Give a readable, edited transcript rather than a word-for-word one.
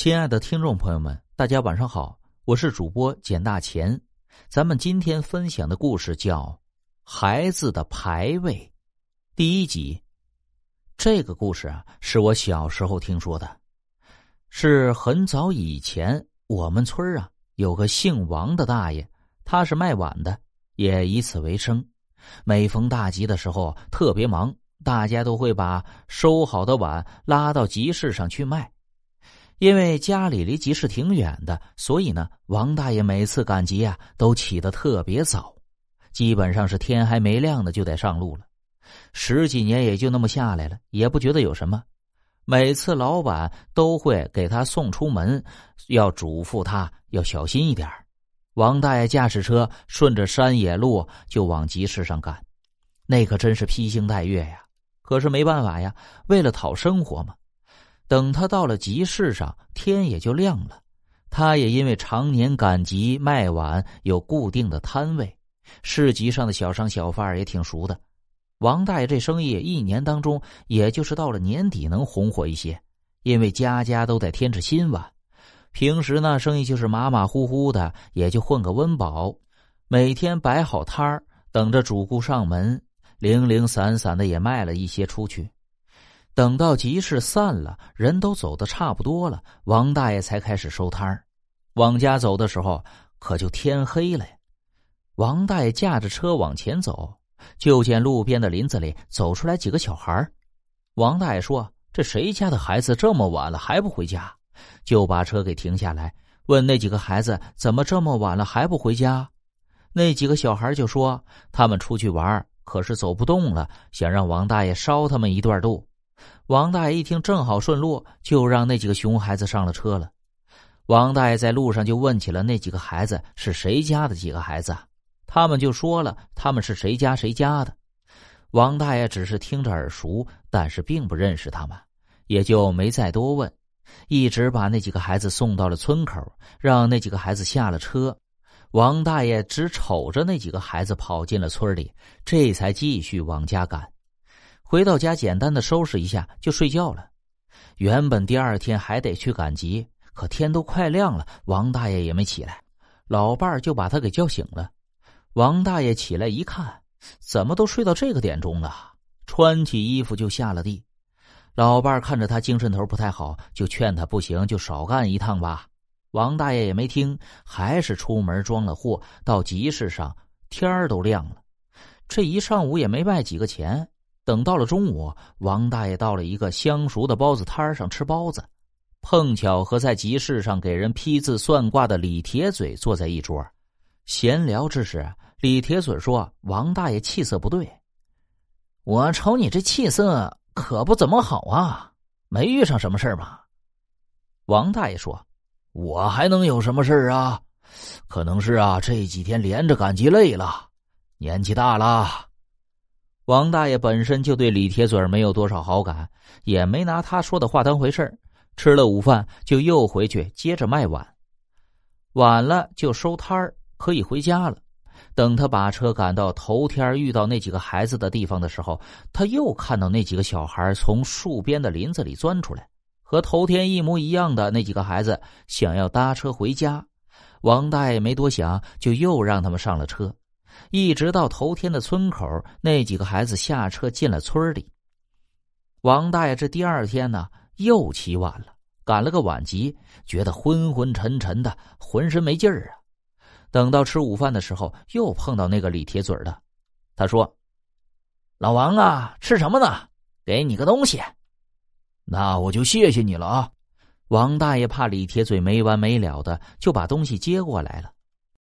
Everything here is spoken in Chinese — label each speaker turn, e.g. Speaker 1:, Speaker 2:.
Speaker 1: 亲爱的听众朋友们，大家晚上好，我是主播简大钱。咱们今天分享的故事叫《孩子的牌位》第一集。这个故事是我小时候听说的，是很早以前我们村有个姓王的大爷，他是卖碗的，也以此为生。每逢大集的时候特别忙，大家都会把收好的碗拉到集市上去卖。因为家里离集市挺远的，所以呢，王大爷每次赶集都起得特别早，基本上是天还没亮呢就得上路了。10几年也就那么下来了，也不觉得有什么。每次老板都会给他送出门，要嘱咐他要小心一点。王大爷驾驶车顺着山野路就往集市上赶，那可真是披星戴月呀。可是没办法呀，为了讨生活嘛。等他到了集市上，天也就亮了。他也因为常年赶集卖碗，有固定的摊位，市集上的小商小贩也挺熟的。王大爷这生意一年当中也就是到了年底能红火一些，因为家家都得添置新碗。平时呢，生意就是马马虎虎的，也就混个温饱。每天摆好摊儿，等着主顾上门，零零散散的也卖了一些出去。等到集市散了，人都走得差不多了，王大爷才开始收摊儿。往家走的时候可就天黑了。王大爷驾着车往前走，就见路边的林子里走出来几个小孩。王大爷说，这谁家的孩子这么晚了还不回家？就把车给停下来，问那几个孩子怎么这么晚了还不回家。那几个小孩就说他们出去玩，可是走不动了，想让王大爷捎他们一段路。王大爷一听正好顺路，就让那几个熊孩子上了车了。王大爷在路上就问起了那几个孩子是谁家的几个孩子，他们就说了他们是谁家谁家的。王大爷只是听着耳熟，但是并不认识他们，也就没再多问，一直把那几个孩子送到了村口，让那几个孩子下了车。王大爷只瞅着那几个孩子跑进了村里，这才继续往家赶。回到家简单的收拾一下就睡觉了。原本第二天还得去赶集，可天都快亮了，王大爷也没起来，老伴儿就把他给叫醒了。王大爷起来一看，怎么都睡到这个点钟了，穿起衣服就下了地。老伴儿看着他精神头不太好，就劝他不行就少干一趟吧。王大爷也没听，还是出门装了货，到集市上，天儿都亮了。这一上午也没卖几个钱。等到了中午，王大爷到了一个相熟的包子摊上吃包子，碰巧和在集市上给人批字算卦的李铁嘴坐在一桌。闲聊之时，李铁嘴说王大爷气色不对。我瞅你这气色可不怎么好啊，没遇上什么事吧？王大爷说，我还能有什么事啊？可能是这几天连着赶集累了，年纪大了。王大爷本身就对李铁嘴没有多少好感，也没拿他说的话当回事。吃了午饭就又回去接着卖碗，晚了就收摊儿，可以回家了。等他把车赶到头天遇到那几个孩子的地方的时候，他又看到那几个小孩从树边的林子里钻出来，和头天一模一样的那几个孩子想要搭车回家。王大爷没多想，就又让他们上了车。一直到头天的村口，那几个孩子下车进了村里。王大爷这第二天呢，又起晚了，赶了个晚集，觉得昏昏沉沉的，浑身没劲儿啊。等到吃午饭的时候，又碰到那个李铁嘴的。他说，老王吃什么呢？给你个东西。那我就谢谢你了啊。王大爷怕李铁嘴没完没了的，就把东西接过来了。